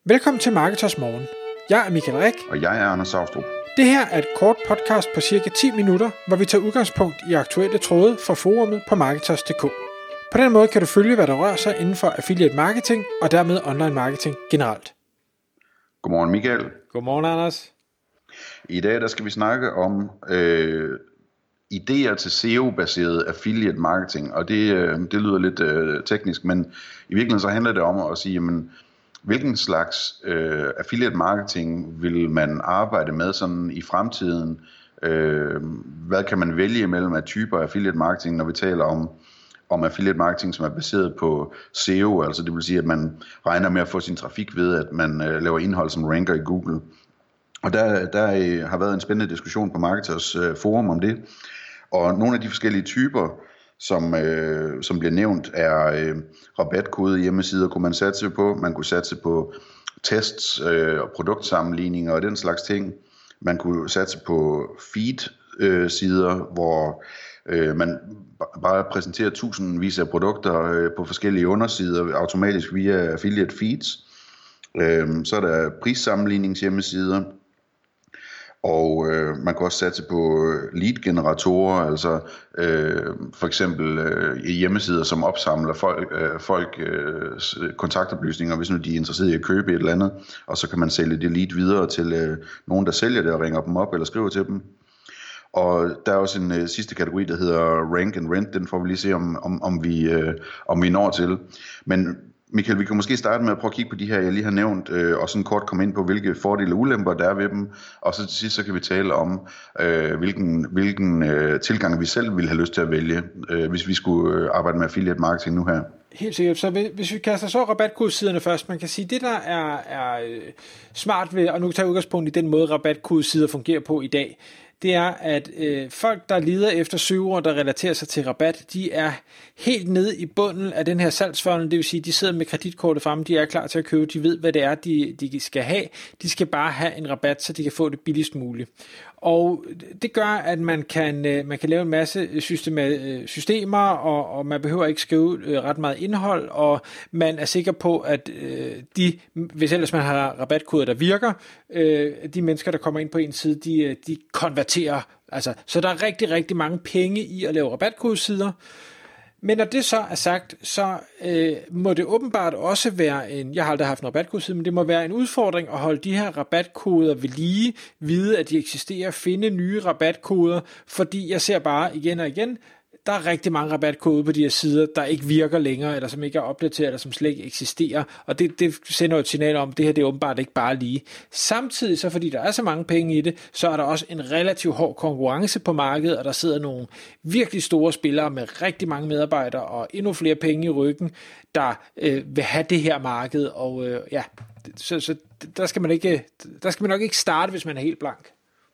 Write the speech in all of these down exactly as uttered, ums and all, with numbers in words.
Velkommen til Marketers Morgen. Jeg er Michael Rik. Og jeg er Anders Saustrup. Det her er et kort podcast på cirka ti minutter, hvor vi tager udgangspunkt i aktuelle tråde fra forumet på Marketers punktum d k. På den måde kan du følge, hvad der rører sig inden for affiliate marketing og dermed online marketing generelt. Godmorgen Michael. Godmorgen Anders. I dag der skal vi snakke om øh, idéer til S E O-baseret affiliate marketing. Og det, øh, det lyder lidt øh, teknisk, men i virkeligheden så handler det om at sige, jamen, hvilken slags øh, affiliate marketing vil man arbejde med sådan i fremtiden? Øh, hvad kan man vælge imellem af typer af affiliate marketing, når vi taler om, om affiliate marketing, som er baseret på S E O? Altså det vil sige, at man regner med at få sin trafik ved, at man øh, laver indhold, som ranker i Google. Og der, der øh, har været en spændende diskussion på Marketers øh, forum om det. Og nogle af de forskellige typer, som, øh, som bliver nævnt, er øh, rabatkode hjemmesider, kunne man satse på. Man kunne satse på tests øh, og produktsammenligninger og den slags ting. Man kunne satse på feed-sider, øh, hvor øh, man bare præsenterer tusindvis af produkter øh, på forskellige undersider, automatisk via affiliate feeds. Øh, så er der prissammenligningshjemmesider. Og øh, man kan også satse på lead-generatorer, altså øh, for eksempel øh, hjemmesider, som opsamler folk, øh, folk øh, kontaktoplysninger, hvis nu de er interesseret i at købe et eller andet, og så kan man sælge det lead videre til øh, nogen, der sælger det og ringer dem op eller skriver til dem. Og der er også en øh, sidste kategori, der hedder rank and rent, den får vi lige se, om, om, om, vi, øh, om vi når til. Men Michael, vi kan måske starte med at prøve at kigge på de her, jeg lige har nævnt, øh, og sådan kort komme ind på, hvilke fordele og ulemper der er ved dem, og så til sidst så kan vi tale om, øh, hvilken, hvilken øh, tilgang vi selv ville have lyst til at vælge, øh, hvis vi skulle øh, arbejde med affiliate marketing nu her. Helt sikkert. Så hvis vi kaster så rabatkodesiderne først, man kan sige, det der er, er smart ved, og nu tager jeg udgangspunkt i den måde, rabatkodesider fungerer på i dag, det er, at øh, folk, der leder efter søger, der relaterer sig til rabat, de er helt nede i bunden af den her salgsfunnel, det vil sige, de sidder med kreditkortet fremme, de er klar til at købe, de ved, hvad det er, de, de skal have. De skal bare have en rabat, så de kan få det billigst muligt. Og det gør, at man kan, man kan lave en masse systemer, og, og man behøver ikke skrive ret meget indhold, og man er sikker på, at de, hvis ellers man har rabatkoder, der virker, de mennesker, der kommer ind på en side, de, de konverterer. Altså, så der er rigtig, rigtig mange penge i at lave rabatkodesider. Men når det så er sagt, så øh, må det åbenbart også være en, jeg har aldrig haft en rabatkode, men det må være en udfordring at holde de her rabatkoder ved lige, vide at de eksisterer, finde nye rabatkoder, fordi jeg ser bare igen og igen, der er rigtig mange rabatkoder på de her sider, der ikke virker længere, eller som ikke er opdateret, eller som slet ikke eksisterer, og det, det sender jo et signal om, at det her det er åbenbart ikke bare lige. Samtidig, så fordi der er så mange penge i det, så er der også en relativt hård konkurrence på markedet, og der sidder nogle virkelig store spillere med rigtig mange medarbejdere, og endnu flere penge i ryggen, der øh, vil have det her marked, og øh, ja, så, så der, skal man ikke, der skal man nok ikke starte, hvis man er helt blank.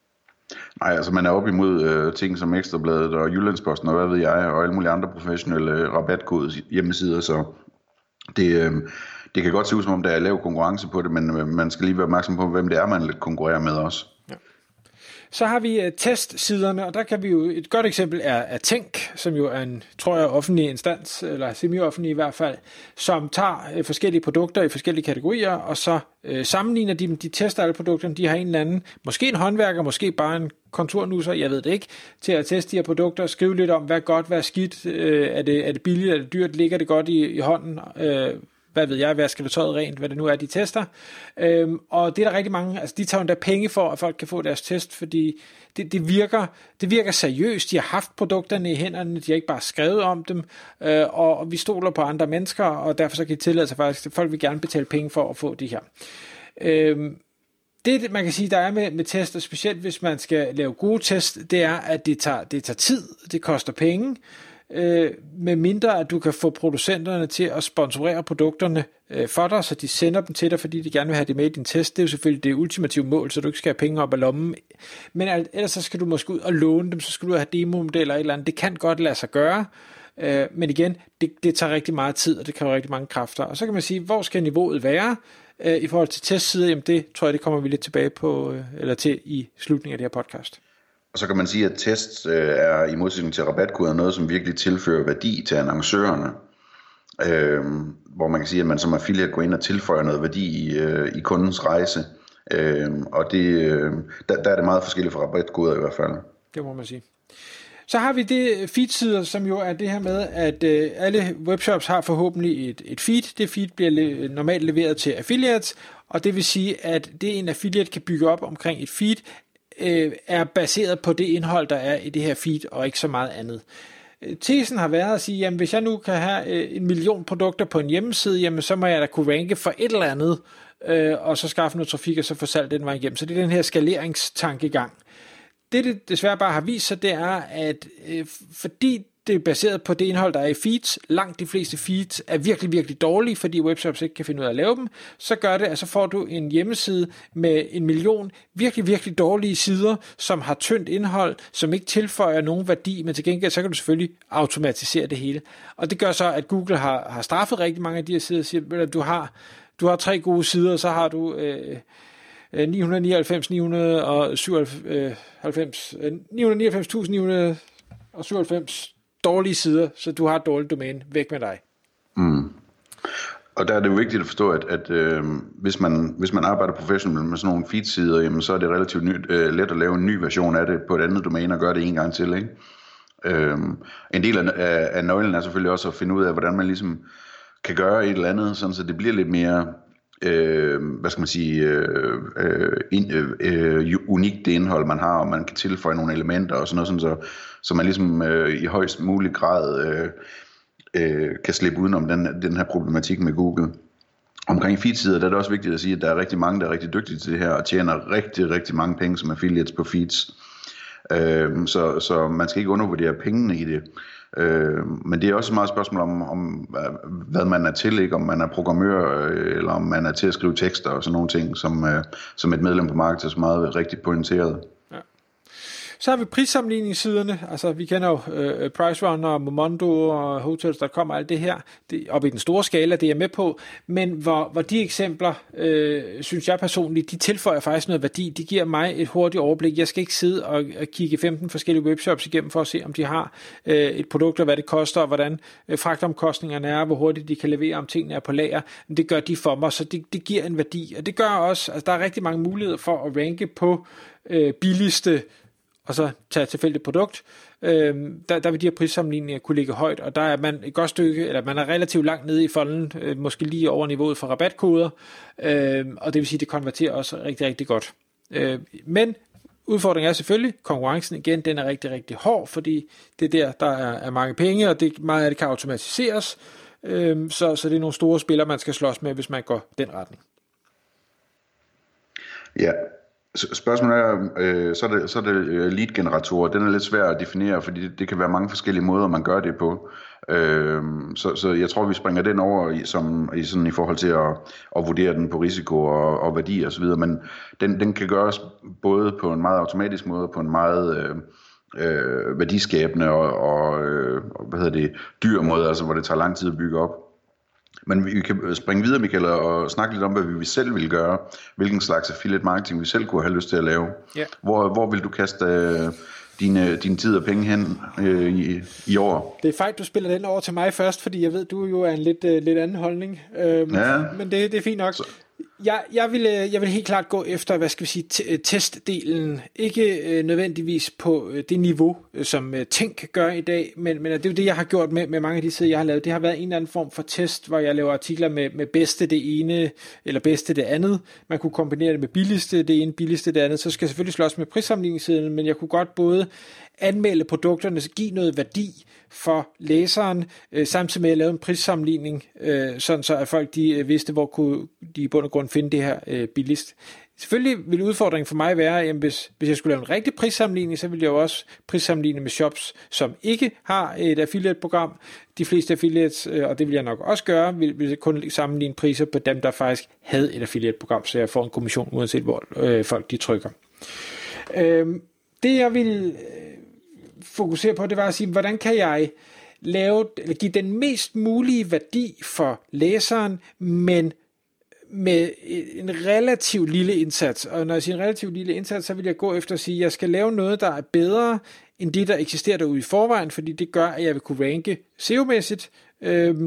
Nej, altså man er op imod øh, ting som Ekstrabladet og Jyllandsposten og hvad ved jeg, og alle mulige andre professionelle øh, rabatkode hjemmesider, så det, øh, det kan godt se ud som om der er lav konkurrence på det, men øh, man skal lige være opmærksom på, hvem det er, man konkurrerer med også. Ja. Så har vi uh, testsiderne, og der kan vi jo, et godt eksempel er, er Tænk, som jo er en, tror jeg, offentlig instans, eller semi-offentlig i hvert fald, som tager uh, forskellige produkter i forskellige kategorier, og så uh, sammenligner de dem, de tester alle produkterne, de har en eller anden, måske en håndværker, måske bare en konturnusser, jeg ved det ikke, til at teste de her produkter, og skrive lidt om, hvad er godt, hvad er skidt, uh, er, det, er det billigt, er det dyrt, ligger det godt i, i hånden, uh, hvad ved jeg, hvad skal det tøjet rent, hvad det nu er, de tester. Øhm, og det er der rigtig mange, altså de tager jo der penge for, at folk kan få deres test, fordi det, det, virker, det virker seriøst. De har haft produkterne i hænderne, de har ikke bare skrevet om dem, øh, og, og vi stoler på andre mennesker, og derfor så kan de tillade sig faktisk, at folk vil gerne betale penge for at få det her. Øhm, Det, man kan sige, der er med, med tester, specielt hvis man skal lave gode test, det er, at det tager, det tager tid, det koster penge, øh, med mindre at du kan få producenterne til at sponsorere produkterne øh, for dig, så de sender dem til dig, fordi de gerne vil have det med i din test. Det er jo selvfølgelig det ultimative mål, så du ikke skal have penge op af lommen. Men ellers så skal du måske ud og låne dem, så skal du have demomodeller eller et eller andet. Det kan godt lade sig gøre, øh, men igen, det, det tager rigtig meget tid, og det kræver rigtig mange kræfter. Og så kan man sige, hvor skal niveauet være? I forhold til testsider, jamen det tror jeg, det kommer vi lidt tilbage på, eller til i slutningen af det her podcast. Og så kan man sige, at tests øh, er i modsætning til rabatkoder noget, som virkelig tilfører værdi til annoncørerne. øh, hvor man kan sige, at man som affiliate går ind og tilføjer noget værdi i, øh, i kundens rejse. Øh, og det, øh, der, der er det meget forskelligt fra rabatkoder i hvert fald. Det må man sige. Så har vi det feedsider, som jo er det her med, at øh, alle webshops har forhåbentlig et, et feed. Det feed bliver le- normalt leveret til affiliates, og det vil sige, at det en affiliate kan bygge op omkring et feed, øh, er baseret på det indhold, der er i det her feed, og ikke så meget andet. Tesen har været at sige, jamen hvis jeg nu kan have øh, en million produkter på en hjemmeside, jamen så må jeg da kunne ranke for et eller andet, øh, og så skaffe noget trafik, og så få salg den vej igennem. Så det er den her skaleringstankegang. Det, det desværre bare har vist sig, det er, at øh, fordi det er baseret på det indhold, der er i feeds, langt de fleste feeds er virkelig, virkelig dårlige, fordi webshops ikke kan finde ud af at lave dem, så gør det, at så får du en hjemmeside med en million virkelig, virkelig dårlige sider, som har tyndt indhold, som ikke tilføjer nogen værdi, men til gengæld, så kan du selvfølgelig automatisere det hele. Og det gør så, at Google har, har straffet rigtig mange af de her sider, og siger, at du har, du har tre gode sider, og så har du Øh, ni hundrede nioghalvfems ni hundrede syvoghalvfems ni hundrede nioghalvfems tusind ni hundrede syvoghalvfems dårlige sider, så du har et dårligt domæne, væk med dig. Mm. Og der er det jo vigtigt at forstå, at, at øh, hvis, man, hvis man arbejder professionelt med sådan nogle feed-sider, jamen, så er det relativt nyt, øh, let at lave en ny version af det på et andet domæne og gøre det en gang til. Ikke? Øh, en del af, af, af nøglen er selvfølgelig også at finde ud af, hvordan man ligesom kan gøre et eller andet, sådan så det bliver lidt mere Øh, hvad skal man sige øh, øh, in, øh, øh, unikt det indhold man har, og man kan tilføje nogle elementer og sådan noget, sådan så, så man ligesom øh, i højst mulig grad øh, øh, kan slippe udenom den, den her problematik med Google. Omkring feedsider, der er det også vigtigt at sige, at der er rigtig mange, der er rigtig dygtige til det her og tjener rigtig, rigtig mange penge som affiliates på feeds. Øh, så, så man skal ikke undervurdere pengene i det. Øh, men det er også et meget spørgsmål om, om hvad man er til, ikke? Om man er programmør, eller om man er til at skrive tekster og sådan nogle ting, som, øh, som et medlem på markedet er så meget rigtig pointeret. Ja. Så har vi prissammenligningssiderne, altså vi kender jo øh, PriceRunner, Momondo og Hotels punktum com og alt det her, det, op i den store skala, det er jeg med på, men hvor, hvor de eksempler, øh, synes jeg personligt, de tilføjer faktisk noget værdi, de giver mig et hurtigt overblik. Jeg skal ikke sidde og, og kigge femten forskellige webshops igennem for at se, om de har øh, et produkt, og hvad det koster, og hvordan øh, fragtomkostningerne er, hvor hurtigt de kan levere, om tingene er på lager. Men det gør de for mig, så det, det giver en værdi, og det gør også, altså der er rigtig mange muligheder for at ranke på øh, billigste og så tage et tilfældigt produkt, øhm, der, der vil de her prissammenligninger kunne ligge højt, og der er man et godt stykke, eller man er relativt langt nede i folden, øh, måske lige over niveauet for rabatkoder, øh, og det vil sige, at det konverterer også rigtig, rigtig godt. Øh, men udfordringen er selvfølgelig, konkurrencen igen, den er rigtig, rigtig hård, fordi det er der, der er, er mange penge, og det, meget af det kan automatiseres, øh, så, så det er nogle store spillere, man skal slås med, hvis man går den retning. Ja. Spørgsmålet er, øh, så er det, så er det lead-generatorer. Den er lidt svær at definere, fordi det, det kan være mange forskellige måder, man gør det på. Øh, så, så jeg tror, vi springer den over i, som, i, sådan, i forhold til at, at vurdere den på risiko og, og værdi og så videre. Men den, den kan gøres både på en meget automatisk måde og på en meget øh, øh, værdiskabende og, og øh, hvad hedder det, dyr måde, altså hvor det tager lang tid at bygge op. Men vi kan springe videre, Michael, og snakke lidt om, hvad vi selv vil gøre. Hvilken slags affiliate marketing vi selv kunne have lyst til at lave. Ja. Hvor, hvor vil du kaste øh, din, din tid og penge hen øh, i, i år? Det er fejl, du spiller den over til mig først, fordi jeg ved, du jo er en lidt, uh, lidt anden holdning. Øhm, ja. Men det, det er fint nok. Så. Jeg, jeg, vil, jeg vil helt klart gå efter, hvad skal vi sige, t- testdelen. Ikke øh, nødvendigvis på øh, det niveau, øh, som øh, Tænk gør i dag, men, men det er jo det, jeg har gjort med, med mange af de sider, jeg har lavet. Det har været en eller anden form for test, hvor jeg laver artikler med, med bedste det ene, eller bedste det andet. Man kunne kombinere det med billigste det ene, billigste det andet. Så skal jeg selvfølgelig slås med prissammenligningssiden, men jeg kunne godt både anmelde produkterne, give noget værdi for læseren, øh, samtidig med at lave en prissammenligning, øh, sådan så at folk de øh, vidste, hvor kunne de i bund og grund finde det her øh, billigst. Selvfølgelig vil udfordringen for mig være, at hvis, hvis jeg skulle lave en rigtig prissammenligning, så ville jeg jo også prissammenligne med shops, som ikke har et affiliate-program. De fleste affiliates, øh, og det vil jeg nok også gøre, vil, vil kun sammenligne priser på dem, der faktisk havde et affiliate-program, så jeg får en kommission, uanset hvor øh, folk de trykker. Øh, det jeg vil fokusere på, det var at sige, hvordan kan jeg lave, eller give den mest mulige værdi for læseren, men med en relativt lille indsats. Og når jeg siger en relativt lille indsats, så vil jeg gå efter at sige, at jeg skal lave noget, der er bedre end det, der eksisterer derude i forvejen, fordi det gør, at jeg vil kunne ranke S E O-mæssigt, øhm,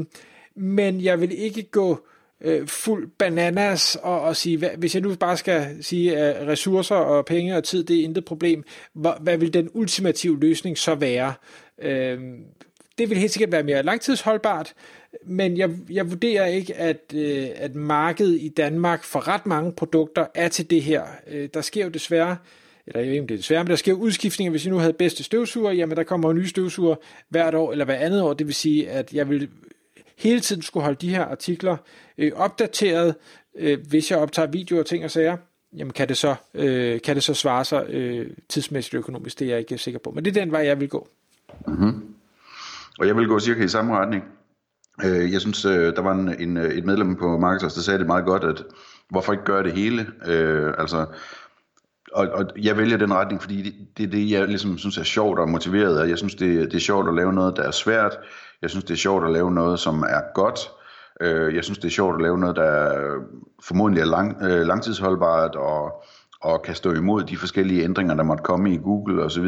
men jeg vil ikke gå øh, fuld bananas og, og sige, hvad, hvis jeg nu bare skal sige, at ressourcer og penge og tid, det er intet problem, hvad, hvad vil den ultimative løsning så være? Øh, det vil helt sikkert være mere langtidsholdbart, men jeg, jeg vurderer ikke, at, øh, at markedet i Danmark for ret mange produkter er til det her. Øh, der sker jo desværre, eller jeg ved ikke, om det er desværre, men der sker jo udskiftninger. Hvis jeg nu havde bedste støvsuger, jamen der kommer jo nye støvsuger hvert år, eller hver andet år. Det vil sige, at jeg vil hele tiden skulle holde de her artikler øh, opdateret. Øh, hvis jeg optager videoer og ting og sager, jamen kan det så, øh, kan det så svare sig øh, tidsmæssigt økonomisk? Det er jeg ikke sikker på. Men det er den vej, jeg vil gå. Mm-hmm. Og jeg vil gå cirka i samme retning. Jeg synes, der var en, en, et medlem på Marketers, der sagde det meget godt, at hvorfor ikke gøre det hele? Øh, altså, og, og jeg vælger den retning, fordi det, det er det, jeg ligesom synes er sjovt og motiveret af. Jeg synes, det, det er sjovt at lave noget, der er svært. Jeg synes, det er sjovt at lave noget, som er godt. Øh, jeg synes, det er sjovt at lave noget, der formodentlig er lang, øh, langtidsholdbart og, og kan stå imod de forskellige ændringer, der måtte komme i Google osv.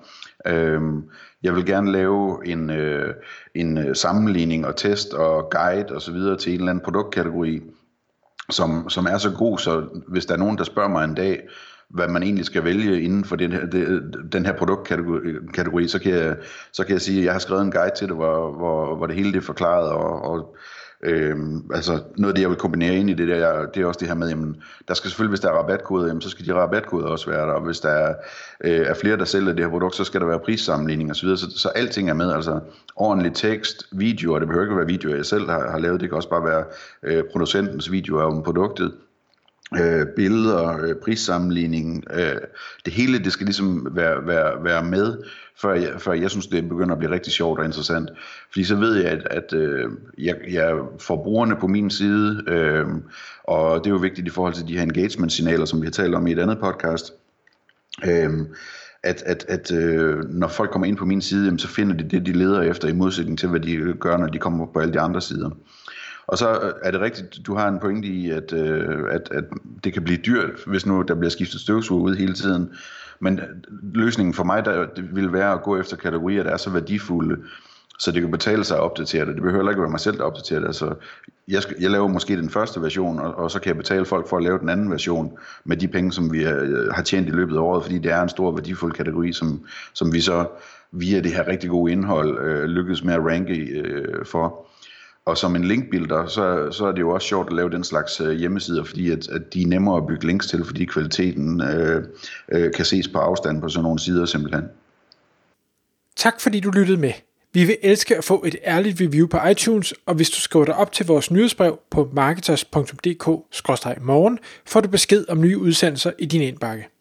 Øhm, jeg vil gerne lave en, øh, en sammenligning og test og guide og så videre til en eller anden produktkategori, som, som er så god, så hvis der er nogen, der spørger mig en dag, hvad man egentlig skal vælge inden for den her, den her produktkategori, så kan, jeg, så kan jeg sige, at jeg har skrevet en guide til det, hvor, hvor, hvor det hele det er forklaret, og, og Øhm, altså noget af det, jeg vil kombinere ind i det der, det er også det her med, jamen, der skal selvfølgelig, hvis der er rabatkoder, jamen, så skal de rabatkoder også være der, og hvis der er, øh, er flere, der sælger det her produkt, så skal der være prissammenligning og så videre, så, så alting er med, altså ordentlig tekst, videoer, det behøver ikke være videoer, jeg selv har, har lavet, det kan også bare være øh, producentens videoer om produktet, øh, billeder, øh, prissammenligning, øh, det hele, det skal ligesom være, være, være med, før jeg, før jeg synes, det begynder at blive rigtig sjovt og interessant. Fordi så ved jeg, at, at øh, jeg, jeg får brugerne på min side, øh, og det er jo vigtigt i forhold til de her engagement-signaler, som vi har talt om i et andet podcast, øh, at, at, at øh, når folk kommer ind på min side, jamen, så finder de det, de leder efter, i modsætning til, hvad de gør, når de kommer på alle de andre sider. Og så er det rigtigt, du har en pointe i, at, øh, at, at det kan blive dyrt, hvis nu der bliver skiftet støvsuger ud hele tiden. Men løsningen for mig, der det vil være at gå efter kategorier, der er så værdifulde, så det kan betale sig at opdatere det. Det behøver ikke være mig selv, der opdaterer det. Altså, jeg, skal, jeg laver måske den første version, og, og så kan jeg betale folk for at lave den anden version, med de penge, som vi har tjent i løbet af året, fordi det er en stor værdifuld kategori, som, som vi så via det her rigtig gode indhold øh, lykkedes med at ranke øh, for. Og som en linkbuilder, så, så er det jo også sjovt at lave den slags øh, hjemmesider, fordi at, at de er nemmere at bygge links til, fordi kvaliteten øh, øh, kan ses på afstand på sådan nogle sider simpelthen. Tak fordi du lyttede med. Vi vil elske at få et ærligt review på iTunes, og hvis du skriver dig op til vores nyhedsbrev på marketers punktum d k skråstreg morgen, får du besked om nye udsendelser i din indbakke.